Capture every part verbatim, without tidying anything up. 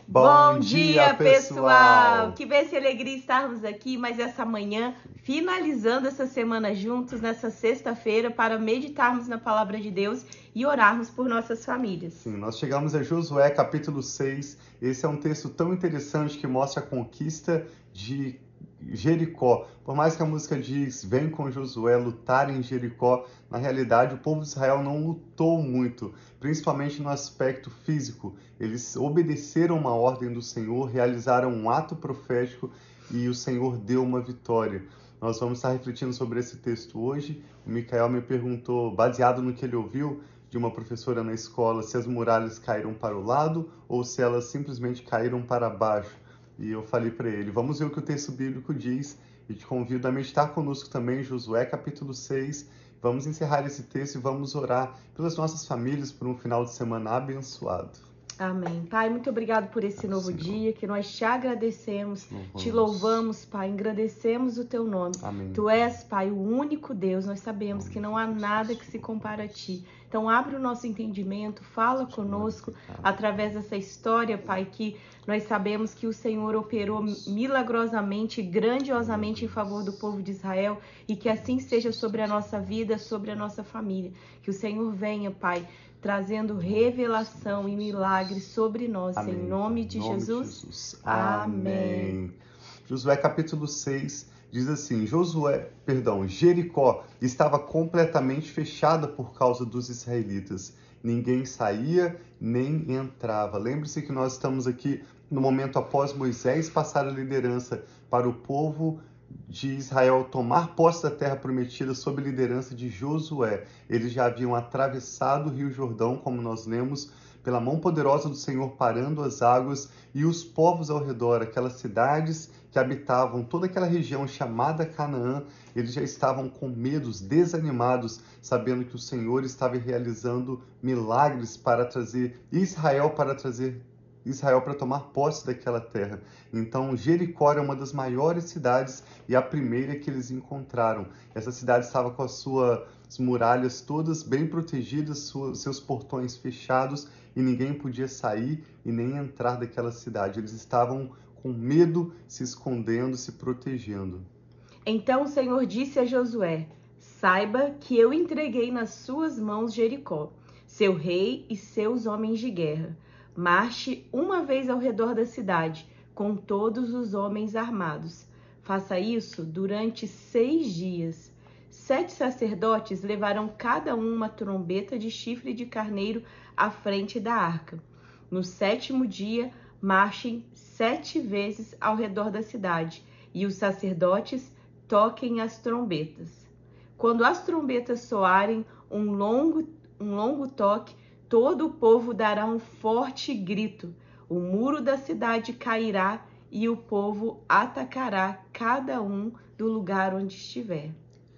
Bom, Bom dia, dia pessoal. pessoal! Que bênção e alegria estarmos aqui mais essa manhã, finalizando essa semana juntos, nessa sexta-feira, para meditarmos na Palavra de Deus e orarmos por nossas famílias. Sim, nós chegamos a Josué, capítulo seis. Esse é um texto tão interessante que mostra a conquista de Jericó. Por mais que a música diz, vem com Josué lutar em Jericó, na realidade o povo de Israel não lutou muito, principalmente no aspecto físico. Eles obedeceram uma ordem do Senhor, realizaram um ato profético e o Senhor deu uma vitória. Nós vamos estar refletindo sobre esse texto hoje. O Micael me perguntou, baseado no que ele ouviu de uma professora na escola, se as muralhas caíram para o lado ou se elas simplesmente caíram para baixo. E eu falei para ele, vamos ver o que o texto bíblico diz, e te convido a meditar conosco também, Josué capítulo seis. Vamos encerrar esse texto e vamos orar pelas nossas famílias, por um final de semana abençoado. Amém. Pai, muito obrigado por esse novo Senhor. dia, que nós te agradecemos, louvamos. te louvamos, Pai, engrandecemos o teu nome. Amém. Tu és, Pai, o único Deus, nós sabemos Amém. que não há nada que se compara a ti. Então, abre o nosso entendimento, fala conosco através dessa história, Pai, que nós sabemos que o Senhor operou milagrosamente, grandiosamente em favor do povo de Israel, e que assim seja sobre a nossa vida, sobre a nossa família. Que o Senhor venha, Pai, trazendo revelação e milagres sobre nós, Amém. em nome de nome Jesus. De Jesus. Amém. Amém. Josué capítulo seis diz assim, Josué, perdão, Jericó estava completamente fechada por causa dos israelitas. Ninguém saía nem entrava. Lembre-se que nós estamos aqui no momento após Moisés passar a liderança para o povo de Israel tomar posse da terra prometida sob liderança de Josué. Eles já haviam atravessado o Rio Jordão, como nós lemos, pela mão poderosa do Senhor parando as águas, e os povos ao redor, aquelas cidades que habitavam toda aquela região chamada Canaã, eles já estavam com medos, desanimados, sabendo que o Senhor estava realizando milagres para trazer Israel para trazer Israel para tomar posse daquela terra. Então, Jericó é uma das maiores cidades e a primeira que eles encontraram. Essa cidade estava com as suas muralhas todas bem protegidas, suas, seus portões fechados, e ninguém podia sair e nem entrar daquela cidade. Eles estavam com medo, se escondendo, se protegendo. Então o Senhor disse a Josué, saiba que eu entreguei nas suas mãos Jericó, seu rei e seus homens de guerra. Marche uma vez ao redor da cidade, com todos os homens armados. Faça isso durante seis dias. Sete sacerdotes levarão cada um uma trombeta de chifre de carneiro à frente da arca. No sétimo dia, marchem sete vezes ao redor da cidade, e os sacerdotes toquem as trombetas. Quando as trombetas soarem um longo, um longo toque, todo o povo dará um forte grito. O muro da cidade cairá e o povo atacará cada um do lugar onde estiver.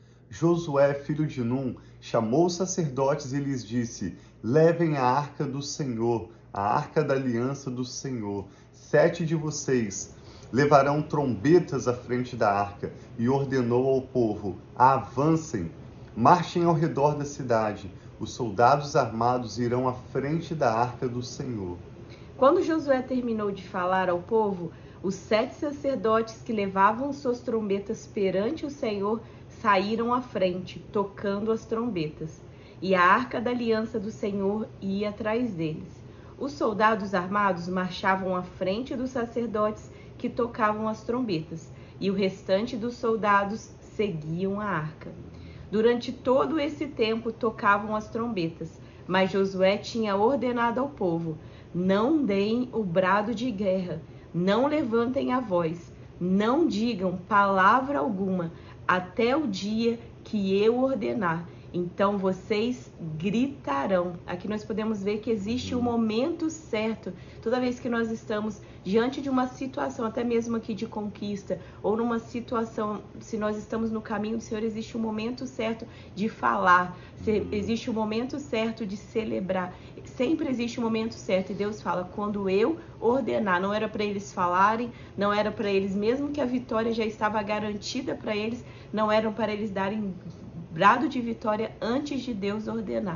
Josué, filho de Num, chamou os sacerdotes e lhes disse, levem a arca do Senhor, a arca da aliança do Senhor. Sete de vocês levarão trombetas à frente da arca, e ordenou ao povo, avancem, marchem ao redor da cidade. Os soldados armados irão à frente da arca do Senhor. Quando Josué terminou de falar ao povo, os sete sacerdotes que levavam suas trombetas perante o Senhor saíram à frente, tocando as trombetas, e a arca da aliança do Senhor ia atrás deles. Os soldados armados marchavam à frente dos sacerdotes que tocavam as trombetas, e o restante dos soldados seguiam a arca. Durante todo esse tempo tocavam as trombetas, mas Josué tinha ordenado ao povo, não deem o brado de guerra, não levantem a voz, não digam palavra alguma, até o dia que eu ordenar. Então vocês gritarão. Aqui nós podemos ver que existe um momento certo. Toda vez que nós estamos diante de uma situação, até mesmo aqui de conquista, ou numa situação, se nós estamos no caminho do Senhor, existe um momento certo de falar, existe um momento certo de celebrar. Sempre existe um momento certo. E Deus fala, quando eu ordenar. Não era para eles falarem, não era para eles, mesmo que a vitória já estava garantida para eles, não era para eles darem brado de vitória antes de Deus ordenar.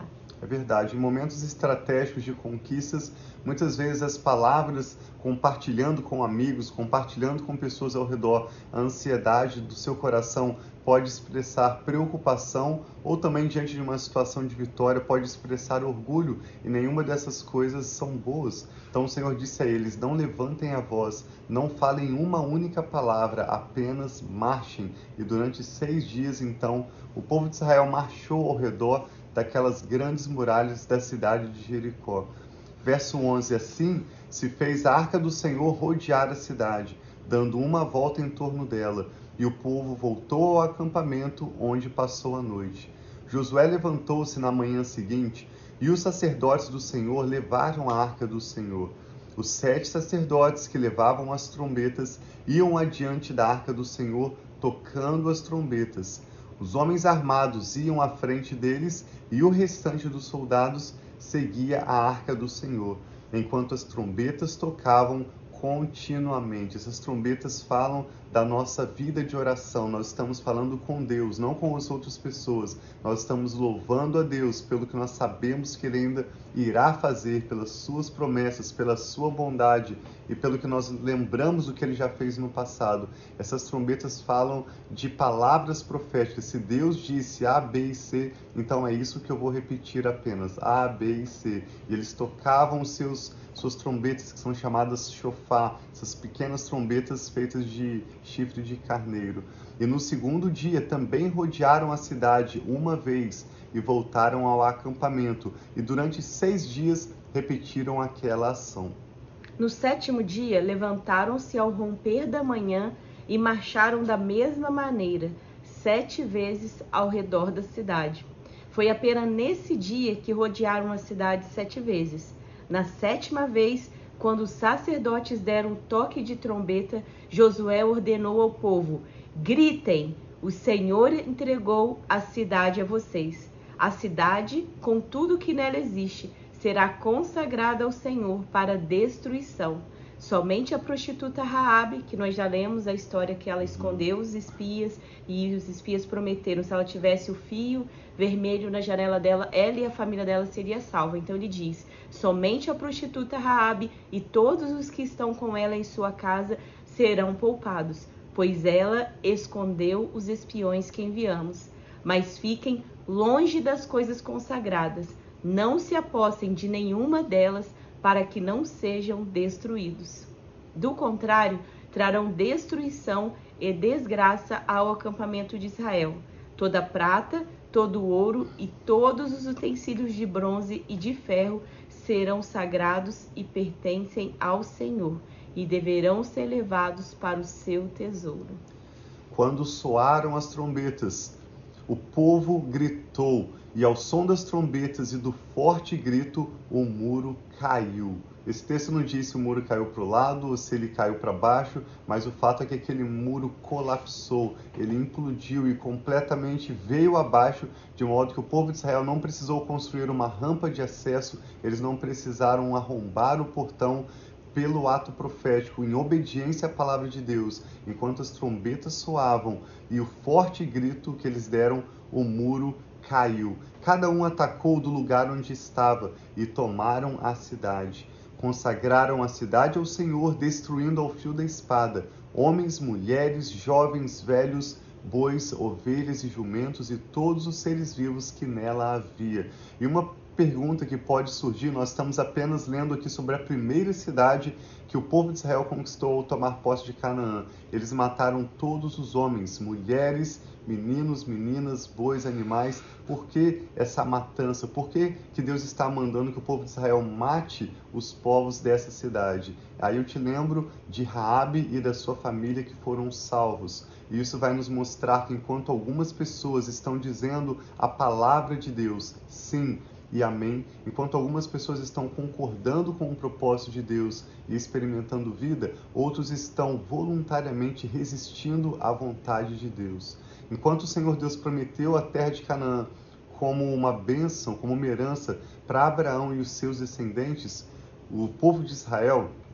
É verdade, em momentos estratégicos de conquistas, muitas vezes as palavras, compartilhando com amigos, compartilhando com pessoas ao redor, a ansiedade do seu coração pode expressar preocupação ou também diante de uma situação de vitória pode expressar orgulho, e nenhuma dessas coisas são boas. Então o Senhor disse a eles: não levantem a voz, não falem uma única palavra, apenas marchem. E durante seis dias, então, o povo de Israel marchou ao redor daquelas grandes muralhas da cidade de Jericó. Verso onze, assim se fez a arca do Senhor rodear a cidade, dando uma volta em torno dela, e o povo voltou ao acampamento onde passou a noite. Josué levantou-se na manhã seguinte, e os sacerdotes do Senhor levaram a arca do Senhor. Os sete sacerdotes que levavam as trombetas iam adiante da arca do Senhor, tocando as trombetas. Os homens armados iam à frente deles, e o restante dos soldados seguia a arca do Senhor, enquanto as trombetas tocavam continuamente. Essas trombetas falam da nossa vida de oração. Nós estamos falando com Deus, não com as outras pessoas. Nós estamos louvando a Deus pelo que nós sabemos que Ele ainda irá fazer, pelas suas promessas, pela sua bondade e pelo que nós lembramos do que Ele já fez no passado. Essas trombetas falam de palavras proféticas. Se Deus disse A, B e C, então é isso que eu vou repetir apenas, A, B e C. E eles tocavam os seus suas trombetas, que são chamadas shofar, essas pequenas trombetas feitas de chifre de carneiro. E no segundo dia também rodearam a cidade uma vez e voltaram ao acampamento, e durante seis dias repetiram aquela ação. No sétimo dia, levantaram-se ao romper da manhã e marcharam da mesma maneira, sete vezes ao redor da cidade. Foi apenas nesse dia que rodearam a cidade sete vezes. Na sétima vez, quando os sacerdotes deram um toque de trombeta, Josué ordenou ao povo: gritem, o Senhor entregou a cidade a vocês. A cidade, com tudo que nela existe, será consagrada ao Senhor para destruição. Somente a prostituta Raabe, que nós já lemos a história que ela escondeu os espias, e os espias prometeram, se ela tivesse o fio vermelho na janela dela, ela e a família dela seria salva. Então ele diz: somente a prostituta Raabe e todos os que estão com ela em sua casa serão poupados, pois ela escondeu os espiões que enviamos. Mas fiquem longe das coisas consagradas, não se apossem de nenhuma delas, para que não sejam destruídos. Do contrário, trarão destruição e desgraça ao acampamento de Israel. Toda prata, todo ouro e todos os utensílios de bronze e de ferro serão sagrados e pertencem ao Senhor, e deverão ser levados para o seu tesouro. Quando soaram as trombetas, o povo gritou, e ao som das trombetas e do forte grito, o muro caiu. Esse texto não diz se o muro caiu para o lado ou se ele caiu para baixo, mas o fato é que aquele muro colapsou, ele implodiu e completamente veio abaixo, de modo que o povo de Israel não precisou construir uma rampa de acesso, eles não precisaram arrombar o portão pelo ato profético, em obediência à palavra de Deus. Enquanto as trombetas soavam e o forte grito que eles deram, o muro caiu. Cada um atacou do lugar onde estava e tomaram a cidade. Consagraram a cidade ao Senhor, destruindo ao fio da espada homens, mulheres, jovens, velhos, bois, ovelhas e jumentos e todos os seres vivos que nela havia. E uma pergunta que pode surgir: nós estamos apenas lendo aqui sobre a primeira cidade que o povo de Israel conquistou ao tomar posse de Canaã. Eles mataram todos os homens, mulheres, meninos, meninas, bois, animais. Por que essa matança? Por que que Deus está mandando que o povo de Israel mate os povos dessa cidade? Aí eu te lembro de Raabe e da sua família que foram salvos. E isso vai nos mostrar que enquanto algumas pessoas estão dizendo a palavra de Deus, sim e amém, enquanto algumas pessoas estão concordando com o propósito de Deus e experimentando vida, outros estão voluntariamente resistindo à vontade de Deus. Enquanto o Senhor Deus prometeu a terra de Canaã como uma bênção, como uma herança para Abraão e os seus descendentes, o povo de Israel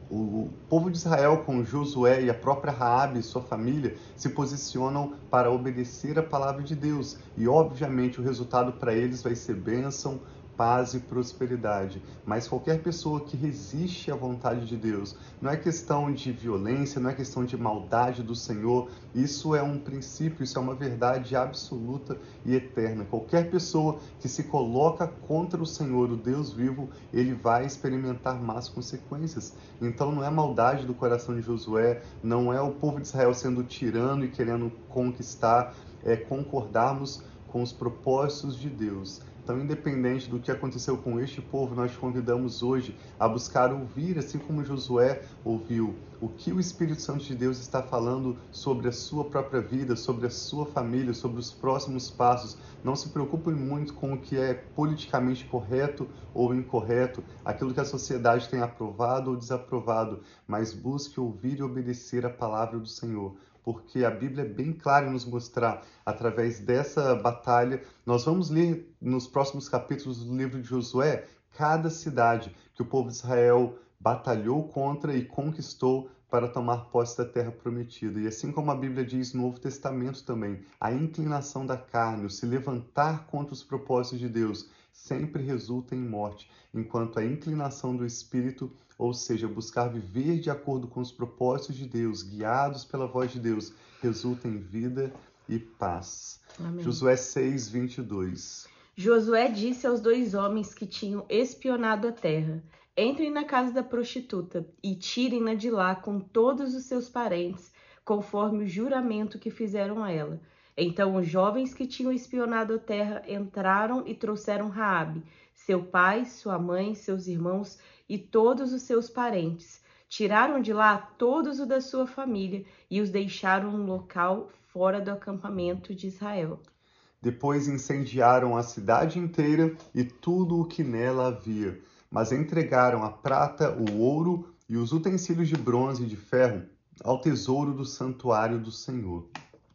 O povo de Israel, com Josué e a própria Raabe e sua família, se posicionam para obedecer a palavra de Deus. E, obviamente, o resultado para eles vai ser bênção, paz e prosperidade. Mas qualquer pessoa que resiste à vontade de Deus, não é questão de violência, não é questão de maldade do Senhor, isso é um princípio, isso é uma verdade absoluta e eterna. Qualquer pessoa que se coloca contra o Senhor, o Deus vivo, ele vai experimentar más consequências. Então não é maldade do coração de Josué, não é o povo de Israel sendo tirano e querendo conquistar, é concordarmos com os propósitos de Deus. Então, independente do que aconteceu com este povo, nós te convidamos hoje a buscar ouvir, assim como Josué ouviu, o que o Espírito Santo de Deus está falando sobre a sua própria vida, sobre a sua família, sobre os próximos passos. Não se preocupe muito com o que é politicamente correto ou incorreto, aquilo que a sociedade tem aprovado ou desaprovado, mas busque ouvir e obedecer a palavra do Senhor. Porque a Bíblia é bem clara em nos mostrar, através dessa batalha, nós vamos ler nos próximos capítulos do livro de Josué, cada cidade que o povo de Israel batalhou contra e conquistou para tomar posse da terra prometida. E assim como a Bíblia diz no Novo Testamento também, a inclinação da carne, o se levantar contra os propósitos de Deus, sempre resulta em morte, enquanto a inclinação do Espírito, ou seja, buscar viver de acordo com os propósitos de Deus, guiados pela voz de Deus, resulta em vida e paz. Amém. Josué seis, vinte e dois. Josué disse aos dois homens que tinham espionado a terra: entrem na casa da prostituta e tirem-na de lá com todos os seus parentes, conforme o juramento que fizeram a ela. Então os jovens que tinham espionado a terra entraram e trouxeram Raabe, seu pai, sua mãe, seus irmãos e todos os seus parentes. Tiraram de lá todos os da sua família e os deixaram no local fora do acampamento de Israel. Depois incendiaram a cidade inteira e tudo o que nela havia, mas entregaram a prata, o ouro e os utensílios de bronze e de ferro ao tesouro do santuário do Senhor.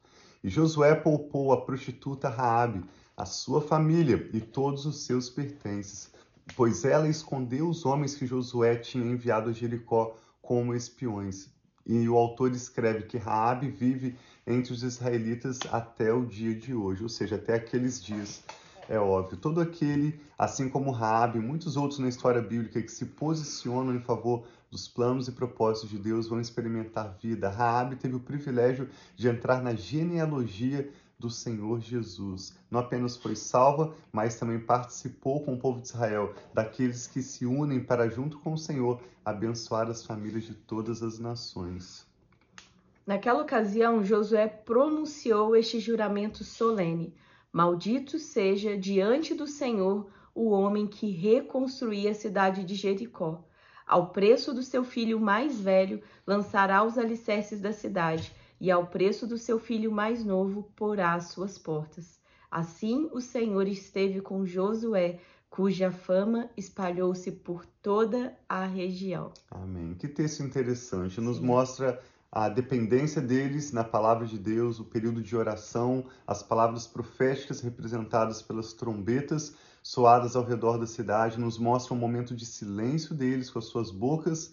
E Josué poupou a prostituta Raabe, a sua família e todos os seus pertences, pois ela escondeu os homens que Josué tinha enviado a Jericó como espiões. E o autor escreve que Raabe vive entre os israelitas até o dia de hoje, ou seja, até aqueles dias. É óbvio, todo aquele, assim como Raabe e muitos outros na história bíblica que se posicionam em favor dos planos e propósitos de Deus vão experimentar vida. Raabe teve o privilégio de entrar na genealogia do Senhor Jesus. Não apenas foi salva, mas também participou com o povo de Israel, daqueles que se unem para, junto com o Senhor, abençoar as famílias de todas as nações. Naquela ocasião, Josué pronunciou este juramento solene: maldito seja diante do Senhor o homem que reconstruía a cidade de Jericó. Ao preço do seu filho mais velho lançará os alicerces da cidade, e ao preço do seu filho mais novo porá as suas portas. Assim o Senhor esteve com Josué, cuja fama espalhou-se por toda a região. Amém. Que texto interessante. Nos Sim. mostra a dependência deles na palavra de Deus, o período de oração, as palavras proféticas representadas pelas trombetas soadas ao redor da cidade, nos mostra um momento de silêncio deles com as suas bocas,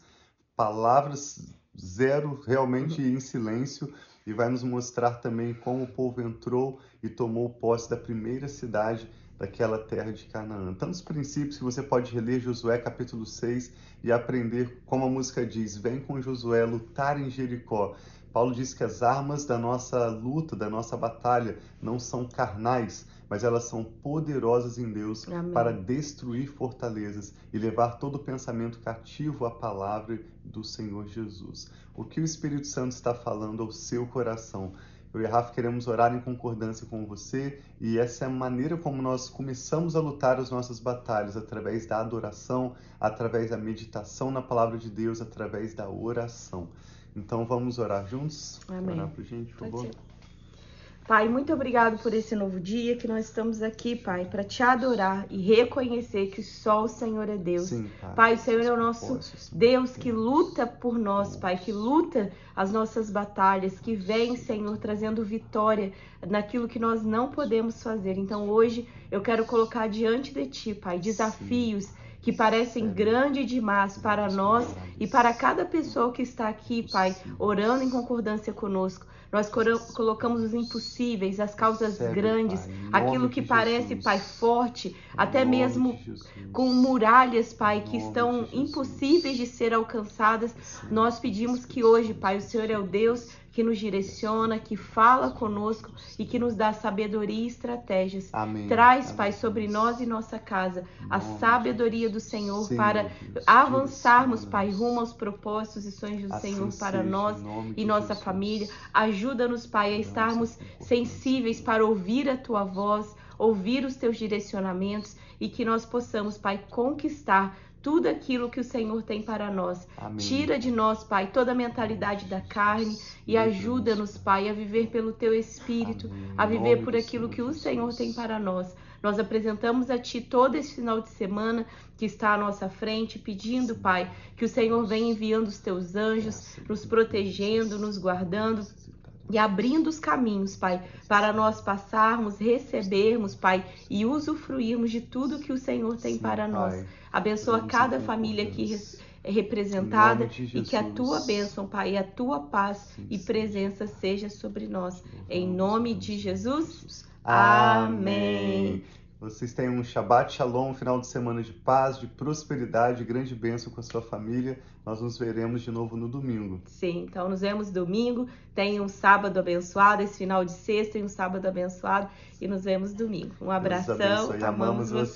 palavras zero, realmente em silêncio, e vai nos mostrar também como o povo entrou e tomou posse da primeira cidade daquela terra de Canaã. Tantos princípios que você pode reler Josué capítulo seis e aprender, como a música diz, vem com Josué lutar em Jericó. Paulo diz que as armas da nossa luta, da nossa batalha, não são carnais, mas elas são poderosas em Deus. Amém. Para destruir fortalezas e levar todo pensamento cativo à palavra do Senhor Jesus. O que o Espírito Santo está falando ao seu coração? Eu e a Rafa queremos orar em concordância com você, e essa é a maneira como nós começamos a lutar as nossas batalhas, através da adoração, através da meditação na palavra de Deus, através da oração. Então vamos orar juntos? Amém. Orar pra gente, por favor. Pai, muito obrigado por esse novo dia que nós estamos aqui, Pai, para te adorar e reconhecer que só o Senhor é Deus. Sim, Pai. Pai, o Senhor é o nosso Deus que luta por nós, Pai, que luta as nossas batalhas, que vem, Senhor, trazendo vitória naquilo que nós não podemos fazer. Então hoje eu quero colocar diante de Ti, Pai, desafios Sim. que parecem grandes demais para nós e para cada pessoa que está aqui, Pai, orando em concordância conosco. Nós colocamos os impossíveis, as causas grandes, aquilo que parece, Pai, forte, até mesmo com muralhas, Pai, que estão impossíveis de ser alcançadas. Nós pedimos que hoje, Pai, o Senhor é o Deus que nos direciona, que fala conosco e que nos dá sabedoria e estratégias. Amém. Traz, Amém. Pai, sobre nós e nossa casa a sabedoria do Senhor Sim, para Deus, avançarmos, direciona. Pai, rumo aos propósitos e sonhos do Assim Senhor para seja, nós em nome e de nossa Jesus. família. Ajuda-nos, Pai, a estarmos sensíveis para ouvir a Tua voz, ouvir os Teus direcionamentos e que nós possamos, Pai, conquistar tudo aquilo que o Senhor tem para nós. Amém. Tira de nós, Pai, toda a mentalidade da carne e ajuda-nos, Pai, a viver pelo Teu Espírito, Amém. a viver Em por nome do aquilo Senhor que o Jesus. Senhor tem para nós. Nós apresentamos a Ti todo esse final de semana que está à nossa frente, pedindo, Pai, que o Senhor venha enviando os Teus anjos, nos protegendo, nos guardando e abrindo os caminhos, Pai, para nós passarmos, recebermos, Pai, e usufruirmos de tudo que o Senhor tem Sim, para nós. Pai. Abençoa Oramos cada em família aqui concordância. representada Em nome de e que a Jesus. Tua bênção, Pai, e a Tua paz Sim, e sim. presença seja sobre nós. Em nome de Jesus. Amém. Amém. Vocês tenham um Shabbat Shalom, um final de semana de paz, de prosperidade, grande bênção com a sua família. Nós nos veremos de novo no domingo. Sim, então nos vemos domingo. Tenha um sábado abençoado, esse final de sexta e um sábado abençoado. E nos vemos domingo. Um abração. Deus abençoe. Amamos você.